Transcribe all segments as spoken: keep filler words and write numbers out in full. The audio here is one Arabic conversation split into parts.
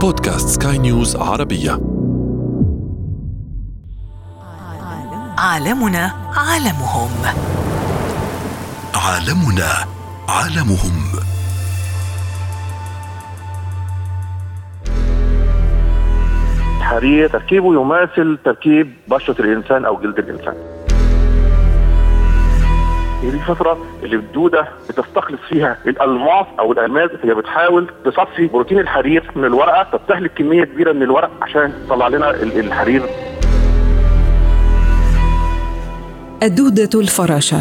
بودكاست سكاي نيوز عربية. عالمنا عالمهم. عالمنا عالمهم. الحرير تركيبه يماثل تركيب بشرة الإنسان أو جلد الإنسان. هي دي الفترة اللي الدودة بتستخلص فيها الألماس أو الألماس. هي بتحاول تصفي بروتين الحرير من الورقة، تستهلك كمية كبيرة من الورق عشان تطلع لنا الحرير. الدودة الفراشة،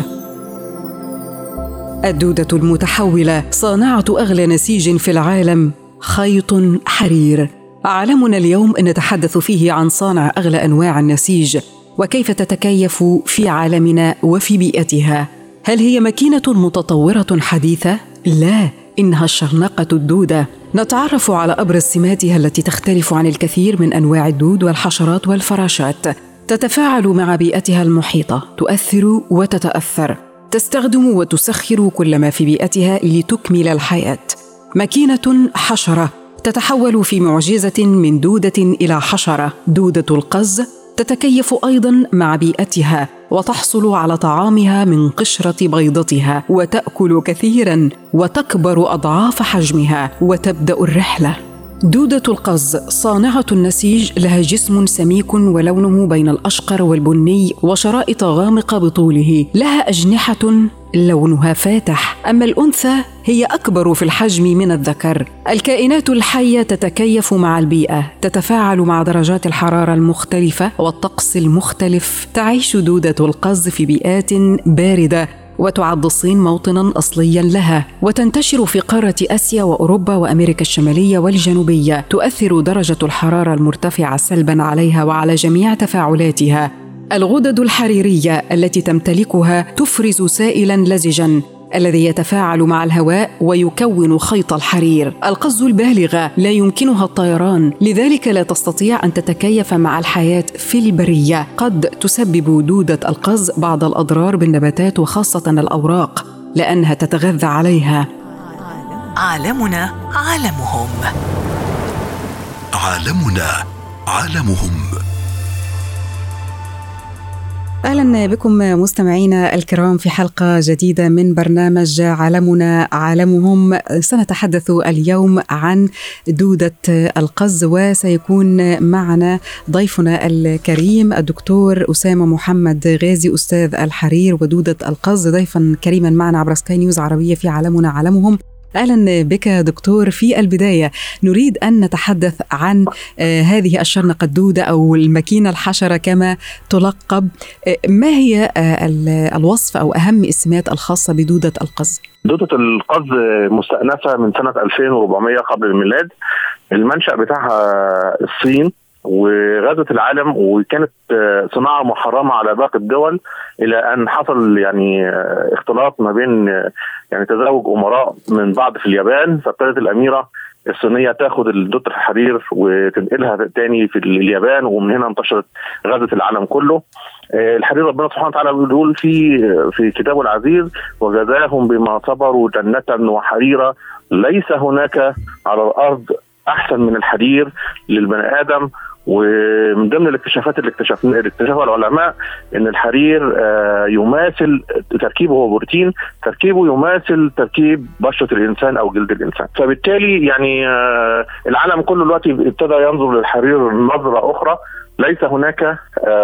الدودة المتحولة صانعة أغلى نسيج في العالم، خيط حرير. عالمنا اليوم نتحدث فيه عن صانع أغلى أنواع النسيج وكيف تتكيف في عالمنا وفي بيئتها. هل هي ماكينة متطورة حديثة؟ لا، إنها الشرنقة الدودة. نتعرف على أبرز سماتها التي تختلف عن الكثير من أنواع الدود والحشرات والفراشات. تتفاعل مع بيئتها المحيطة، تؤثر وتتأثر، تستخدم وتسخر كل ما في بيئتها لتكمل الحياة. ماكينة حشرة تتحول في معجزة من دودة إلى حشرة. دودة القز تتكيف أيضاً مع بيئتها وتحصل على طعامها من قشرة بيضتها، وتأكل كثيراً وتكبر أضعاف حجمها وتبدأ الرحلة. دودة القز صانعة النسيج، لها جسم سميك ولونه بين الأشقر والبني وشرائط غامقة بطوله، لها أجنحة لونها فاتح، أما الأنثى هي أكبر في الحجم من الذكر. الكائنات الحية تتكيف مع البيئة، تتفاعل مع درجات الحرارة المختلفة والطقس المختلف. تعيش دودة القز في بيئات باردة، وتعد الصين موطناً أصلياً لها، وتنتشر في قارة آسيا وأوروبا وأمريكا الشمالية والجنوبية. تؤثر درجة الحرارة المرتفعة سلباً عليها وعلى جميع تفاعلاتها. الغدد الحريرية التي تمتلكها تفرز سائلاً لزجاً الذي يتفاعل مع الهواء ويكون خيط الحرير. القز البالغة لا يمكنها الطيران، لذلك لا تستطيع أن تتكيف مع الحياة في البرية. قد تسبب دودة القز بعض الأضرار بالنباتات وخاصة الأوراق لأنها تتغذى عليها. عالمنا عالمهم. عالمنا عالمهم. أهلا بكم مستمعينا الكرام في حلقة جديدة من برنامج عالمنا عالمهم. سنتحدث اليوم عن دودة القز، وسيكون معنا ضيفنا الكريم الدكتور أسامة محمد غازي، أستاذ الحرير ودودة القز، ضيفا كريما معنا عبر سكاي نيوز عربية في عالمنا عالمهم. أهلا بك دكتور. في البداية نريد أن نتحدث عن آه هذه الشرنقة الدودة أو الماكينة الحشرة كما تلقب. آه ما هي آه الوصف أو أهم السمات الخاصة بدودة القز؟ دودة القز مستأنفة من سنة ألفين وأربعمائة قبل الميلاد. المنشأ بتاعها الصين وغزت العالم، وكانت صناعة محرمة على باقي الدول إلى أن حصل يعني اختلاط ما بين يعني تزاوج أمراء من بعض في اليابان، فابتدت الأميرة الصينية تاخد الدودة الحرير وتنقلها تاني في اليابان، ومن هنا انتشرت غزت العالم كله. الحرير ربنا سبحانه وتعالى بيقول في في كتابه العزيز: وجزاهم بما صبروا جنة وحريرا ليس هناك على الأرض أحسن من الحرير للبني آدم. ومن ضمن الاكتشافات اللي اكتشفنا اكتشفها العلماء ان الحرير آه يماثل تركيبه، هو بروتين، تركيبه يماثل تركيب بشرة الانسان او جلد الانسان. فبالتالي يعني آه العالم كله دلوقتي ابتدى ينظر للحرير نظرة اخرى. ليس هناك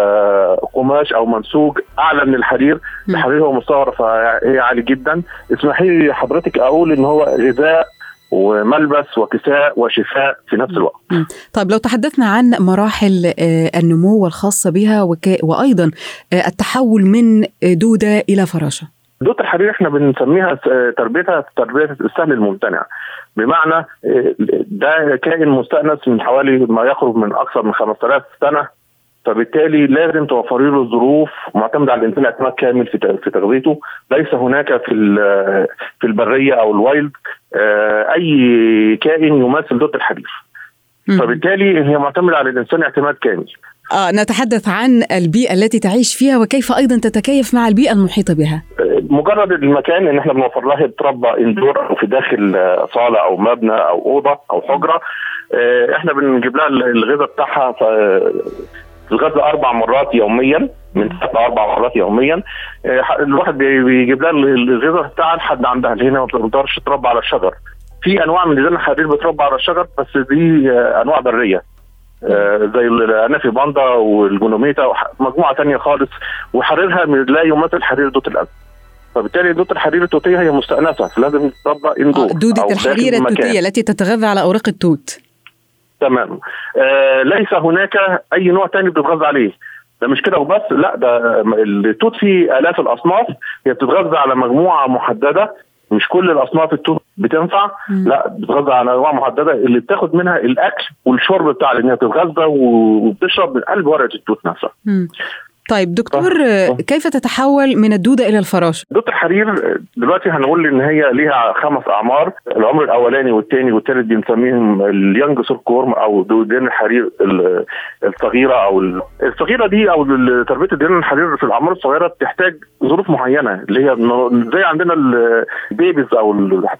آه قماش او منسوج اعلى من الحرير. الحرير هو مستوى رفاهية عالي جدا. اسمحي لي حضرتك اقول ان هو غذاء وملبس وكساء وشفاء في نفس الوقت. طيب لو تحدثنا عن مراحل النمو الخاصة بها وك... وأيضا التحول من دودة إلى فراشة. دودة الحرير احنا بنسميها تربيتها تربية السهل الممتنع، بمعنى ده كائن مستأنس من حوالي ما يقرب من أكثر من خمسة آلاف سنة، فبالتالي لازم توفري له ظروف معتمدة على الإنسان اعتماد كامل في في تغذيته. ليس هناك في في البرية أو الوايلد أي كائن يماثل دودة الحرير، فبالتالي هي معتمدة على الإنسان اعتماد كامل. آه نتحدث عن البيئة التي تعيش فيها وكيف أيضا تتكيف مع البيئة المحيطة بها. مجرد المكان ان احنا بنوفر لها تربى اندور في داخل صالة او مبنى او اوضة او حجرة، احنا بنجيب لها الغذاء بتاعها الغذاء اربع مرات يوميا، من ثلاث اربع مرات يوميا. الواحد بيجيب لها الغذاء بتاعها لحد عندها، اللي هنا ما بتقدرش تربى على الشجر. في انواع من لسان الحرير بتربى على الشجر، بس دي انواع بريه زي الانافي باندا والجونوميتا ومجموعه ثانيه خالص، وحريرها لا يمثل حرير دوت الاسد. فبالتالي دوت الحرير التوتيه هي مستأنسة، فلازم تربى اندور. دودة الحرير التوتيه التي تتغذى على اوراق التوت. تمام. آه ليس هناك اي نوع ثاني بتتغذى عليه. ده مش كده وبس، لا ده التوت فيه آلاف الأصناف، هي بتتغذى على مجموعة محددة، مش كل الأصناف التوت بتنفع، م. لا بتتغذى على أنواع محددة اللي بتاخد منها الأكل والشرب بتاع، لأنها بتتغذى وبتشرب من قلب ورقة التوت نفسها. م. طيب دكتور، كيف تتحول من الدودة إلى الفراشة؟ دودة الحرير دلوقتي هنقول إن هي ليها خمس أعمار، العمر الأولاني والثاني والثالث بنسميهم اليانج سيلك وورم أو دودين الحرير الصغيرة، أو الصغيرة دي أو تربية دودين الحرير في الأعمار الصغيرة بتحتاج ظروف معينة، اللي هي زي عندنا البيبيز أو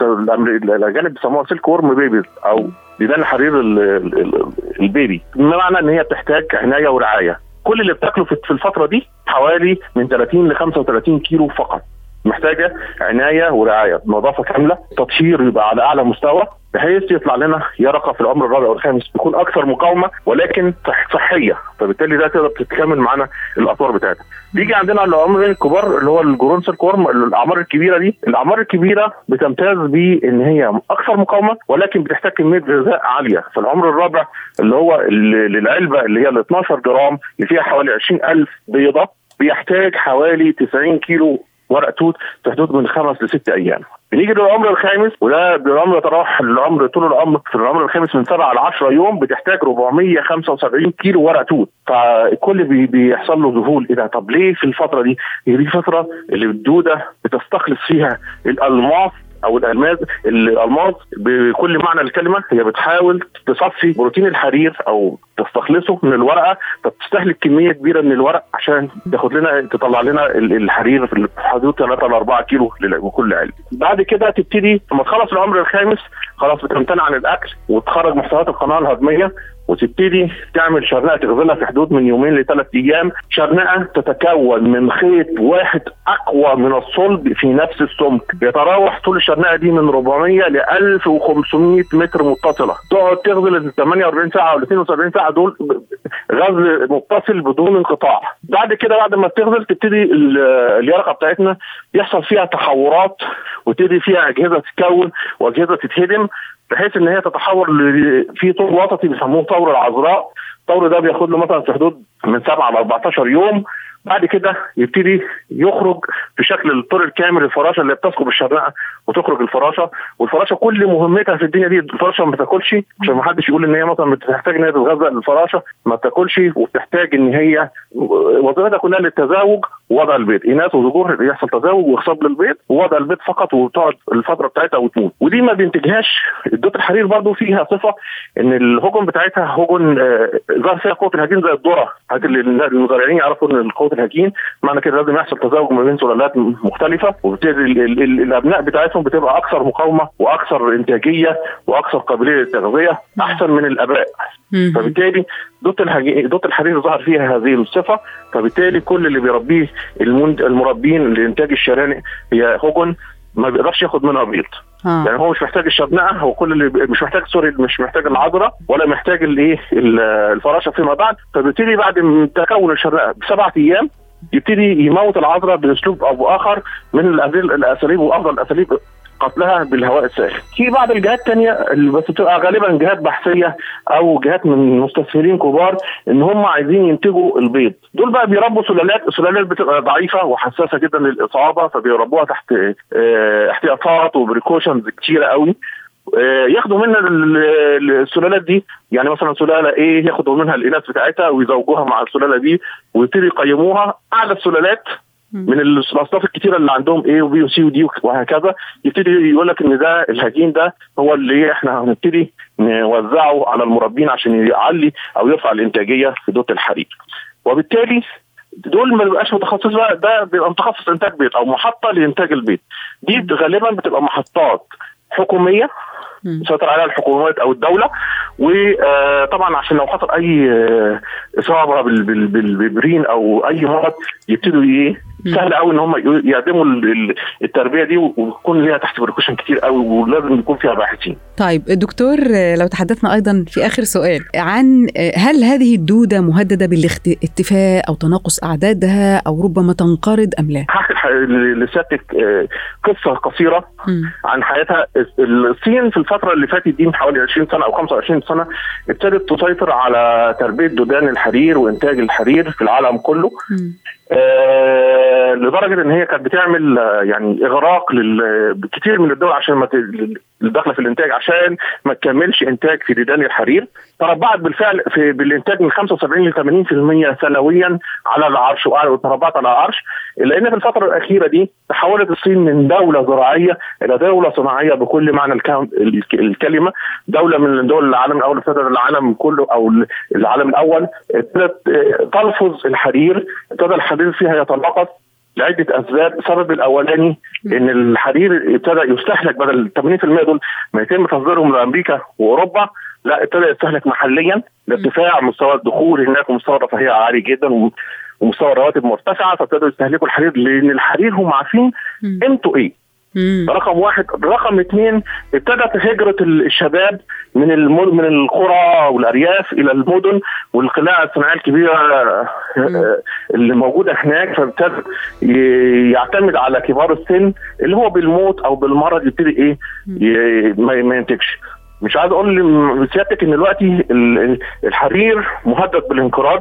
الأجانب بيسموها سيلك وورم بيبيز أو دودين الحرير البيبي، بمعنى إن هي بتحتاج عناية ورعاية. كل اللي بتاكله في الفترة دي حوالي من ثلاثين لخمسة وثلاثين كيلو فقط، محتاجة عناية ورعاية، نظافة كاملة، تطهير يبقى على أعلى مستوى، بحيث يطلع لنا يرقة في العمر الرابع والخامس تكون أكثر مقاومة ولكن صحية، فبالتالي ده تقدر تتكامل معنا الأطوار بتاعتها. بيجي عندنا العمرين الكبار اللي هو الجرون سيلك وورم، الأعمار الكبيرة دي، الأعمار الكبيرة بتمتاز بإن هي أكثر مقاومة ولكن بتحتاج كمية غذاء عالية. فالعمر الرابع اللي هو للعلبة اللي هي ال اثناشر جرام اللي فيها حوالي عشرين ألف بيضة بيحتاج حوالي تسعين كيلو ورق توت في حدود من خمس لست أيام. بنيجي للعمر الخامس، وده بالعمر يتراوح العمر طول العمر في العمر الخامس من سبعة ل عشرة يوم، بتحتاج أربعمية وخمسة وسبعين كيلو ورق توت. فالكل بي بيحصل له ذهول، ايه ده؟ طب ليه في الفتره دي؟ هي دي فتره اللي الدوده بتستخلص فيها الالماس او الالماس. الالماس بكل معنى الكلمه هي بتحاول تصفي بروتين الحرير او تستخلصه من الورقه، فبتستهلك كميه كبيره من الورق عشان تاخد لنا تطلع لنا الحرير في حدود ثلاثة ل أربعة كيلو لكل علبه. بعد كده تبتدي لما تخلص العمر الخامس خلاص بتمتنع عن الاكل وتخرج محتويات القناه الهضميه وتبتدي تعمل شرنقه تغذيها في حدود من يومين لثلاث ايام. شرنقه تتكون من خيط واحد اقوى من الصلب في نفس السمك، يتراوح طول الشرنقه دي من أربعمية ل ألف وخمسمية متر متصله، تقعد تغذي ال ثمانية وأربعين ساعه او اثنين وسبعين ساعه دول غزل متصل بدون انقطاع. بعد كده بعد ما تغذي تبتدي اليرقه بتاعتنا يحصل فيها تحورات وتبتدي فيها اجهزه تتكون واجهزه تتهدم، بحيث ان هي تتحول في طور وسطي بيسموه طور العذراء. الطور ده بياخد له مثلا في حدود من سبعة ل أربعتاشر يوم. بعد كده يبتدي يخرج في شكل الطور الكامل، الفراشه اللي بتسقط الشرنقه وتخرج الفراشه. والفراشه كل مهمتها في الدنيا دي الفراشه ما بتاكلش، عشان ما حدش يقول ان هي مثلا بتحتاج ان هي تتغذى. الفراشه ما بتاكلش وبتحتاج ان هي وظيفتها كلها للتزاوج ووضع البيض، اناث وذكور يحصل تزاوج واخصاب للبيض ووضع البيض فقط، وتقعد الفتره بتاعتها وتموت. ودي ما بينتجهاش الدوت الحرير. برضو فيها صفه ان الهجن بتاعتها هجن ظهر فيها قوه الهجين زي الذره، حتى المزارعين يعرفوا ان قوه الهجين معنى كده لازم يحصل تزاوج ما بين سلالات مختلفه، وبالتالي الابناء بتاعتهم بتبقى اكثر مقاومه واكثر انتاجيه واكثر قابليه للتغذيه احسن من الاباء. فبالتالي دوت الحرير دوت الحرير ظهر فيها هذه الصفه. فبالتالي كل اللي بيربيه المربين لانتاج الشرانق هي هجن ما بيقدرش ياخد منها بيض. آه. يعني هو مش محتاج الشرنقه، هو كل اللي مش محتاج سوري مش محتاج العذراء ولا محتاج الايه الفراشه فيما بعد. فبالتالي بعد تكون الشرنقه بسبعة ايام يبتدي يموت العذراء باسلوب او باخر من الاساليب، وافضل الاساليب قتلها بالهواء الساخن. في بعض الجهات تانية اللي بس بتبقى غالبا جهات بحثيه او جهات من مستثمرين كبار ان هم عايزين ينتجوا البيض. دول بقى بيربوا سلالات، السلالات بتبقى ضعيفه وحساسه جدا للاصابه، فبيربوها تحت اه احتياطات وبريكوشنز كتيره قوي. اه ياخدوا منها السلالات دي، يعني مثلا سلاله ايه ياخدوا منها الاناث بتاعتها ويزوجوها مع السلاله دي ويبتدي يقيموها. اعلى السلالات من الاصناف الكتيره اللي عندهم A وبي وسي ودي وهكذا، يبتدي يقول لك ان ده الهجين ده هو اللي احنا هنبتدي نوزعه على المربين عشان يعلي او يرفع الانتاجيه في دوت الحرير. وبالتالي دول ما بيبقاش متخصص بقى، ده بيبقى متخصص انتاج بيض او محطه لانتاج البيض. دي غالبا بتبقى محطات حكوميه سيطر عليها الحكومات او الدوله، وطبعا عشان لو حصل اي اصابه بالبرين او اي مرض يبتدوا ايه سهل قوي ان هم يقدموا التربيه دي ويكون ليها تحت بريكوشن كتير قوي، ولازم يكون فيها باحثين. طيب دكتور، لو تحدثنا ايضا في اخر سؤال عن هل هذه الدوده مهدده بالاختفاء او تناقص اعدادها او ربما تنقرض ام لا؟ هحكي لسيادتك قصه قصيره م. عن حياتها. الصين في الفتره اللي فاتت دي من حوالي عشرين سنه او خمسة وعشرين سنه ابتدت تسيطر على تربيه دودان الحرير وانتاج الحرير في العالم كله. م. آه لدرجه ان هي كانت بتعمل آه يعني اغراق لكثير من الدول عشان ما الدخل في الانتاج عشان ما تكملش انتاج في ديدان الحرير. تربعت بالفعل في بالانتاج من خمسة وسبعين ل ثمانين بالمئة سنويا على العرش، وتربعت على العرش. الا ان في الفتره الاخيره دي تحولت الصين من دوله زراعيه الى دوله صناعيه بكل معنى الكلمه. دوله من دول العالم الاول ابتدت العالم كله او العالم الاول ابتدت تلفظ الحرير، ابتدى الحرير فيها يتناقص لعده اسباب. السبب الاولاني ان الحرير ابتدى يستهلك بدل ثمانين بالمئة دول ما يتم تصديرهم لامريكا واوروبا، لا ابتدى يستهلك محليا لارتفاع مستوى الدخول هناك ومستوى الرفاهيه عالي جدا ومستوى الرواتب مرتفعه، فابتدوا يستهلكوا الحرير لان الحرير هم عارفين قيمته ايه. مم. رقم واحد. رقم اثنين، ابتدت هجرة الشباب من المد... من القرى والارياف الى المدن والقلاع الصناعيه الكبيره مم. اللي موجوده هناك، فابتدى يعتمد على كبار السن اللي هو بالموت او بالمرض يبتدي ايه ي... ما ينتجش. مش عايز اقول لسيادتك ان دلوقتي الحرير مهدد بالانقراض،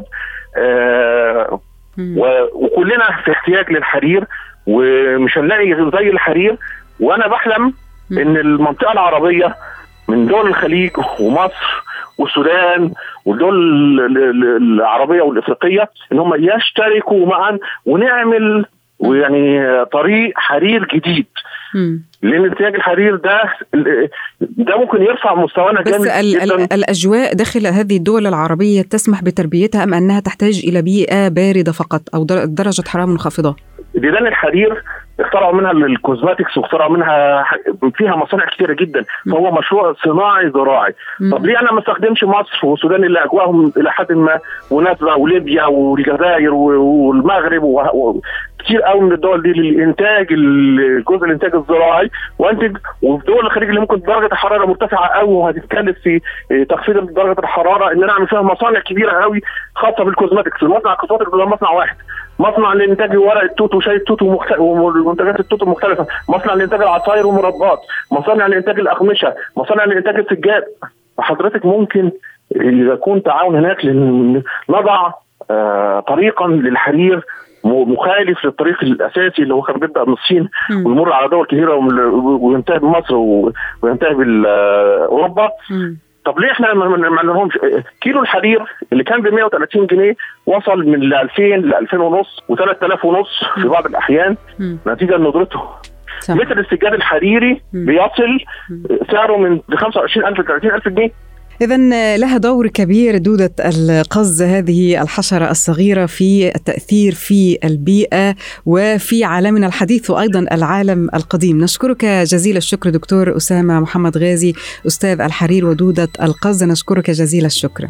آه وكلنا في احتياج للحرير ومش هنلاقي زي الحرير. وانا بحلم م. ان المنطقه العربيه من دول الخليج ومصر والسودان والدول العربيه والافريقيه ان هم يشتركوا معا ونعمل ويعني طريق حرير جديد. م. لان انتاج الحرير ده ده ممكن يرفع مستوانا جامد بس ال ال الاجواء داخل هذه الدول العربيه تسمح بتربيتها ام انها تحتاج الى بيئه بارده فقط او درجه حراره منخفضه؟ ديدان الحرير اخترعوا منها الكوزماتكس واخترعوا منها فيها مصانع كتيره جدا، فهو مشروع صناعي زراعي. طب ليه انا ما استخدمش مصر والسودان اللي اجواهم الى حد ما مناسبه وليبيا والجزائر والمغرب وكتير قوي من الدول دي للانتاج الجزء الانتاج الزراعي وانتج، وفي دول الخليج اللي ممكن درجه الحراره مرتفعه قوي وهتتكلف في تخفيض درجه الحراره ان انا اعمل فيها مصانع كبيره قوي خاصه بالكوزماتكس. المصنع الكوزماتكس ده مصنع واحد، مصنع لانتاج ورق التوت وشاي التوت ومنتجات التوت المختلفه، مصنع لانتاج العصاير والمربات، مصانع لانتاج الاقمشه، مصانع لانتاج السجاد. فحضرتك ممكن يكون تعاون هناك لنضع آه طريقا للحرير مخالف للطريق الاساسي اللي هو كان بيبدا من الصين ويمر على دول كثيره وينتهي بمصر وينتهي باوروبا. طب ليه احنا ما لهمش كيلو الحرير اللي كان ب مئة وثلاثين جنيه وصل من ألفين ل ألفين ونص وثلاثة آلاف ونص في بعض الاحيان نتيجه لندرته. مثل السجاد الحريري بيصل سعره من خمسة وعشرين ألف ل ثلاثين ألف جنيه. إذن لها دور كبير دودة القز هذه الحشرة الصغيرة في التأثير في البيئة وفي عالمنا الحديث وأيضا العالم القديم. نشكرك جزيل الشكر دكتور أسامة محمد غازي أستاذ الحرير ودودة القز، نشكرك جزيل الشكر.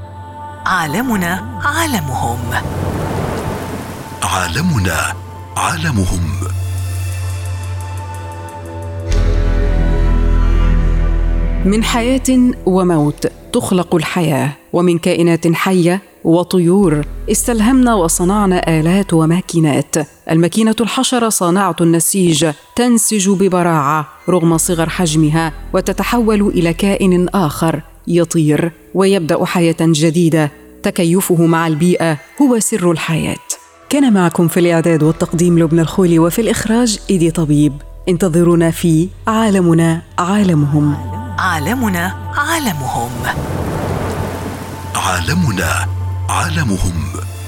عالمنا عالمهم. عالمنا عالمهم. من حياة وموت تخلق الحياة، ومن كائنات حية وطيور استلهمنا وصنعنا آلات وماكينات. الماكينة الحشرة صانعة النسيج تنسج ببراعة رغم صغر حجمها وتتحول إلى كائن آخر يطير ويبدأ حياة جديدة. تكيفه مع البيئة هو سر الحياة. كان معكم في الإعداد والتقديم لبنى الخولي، وفي الإخراج إيدي طبيب. انتظرونا في عالمنا عالمهم. عالمنا عالمهم. عالمنا عالمهم.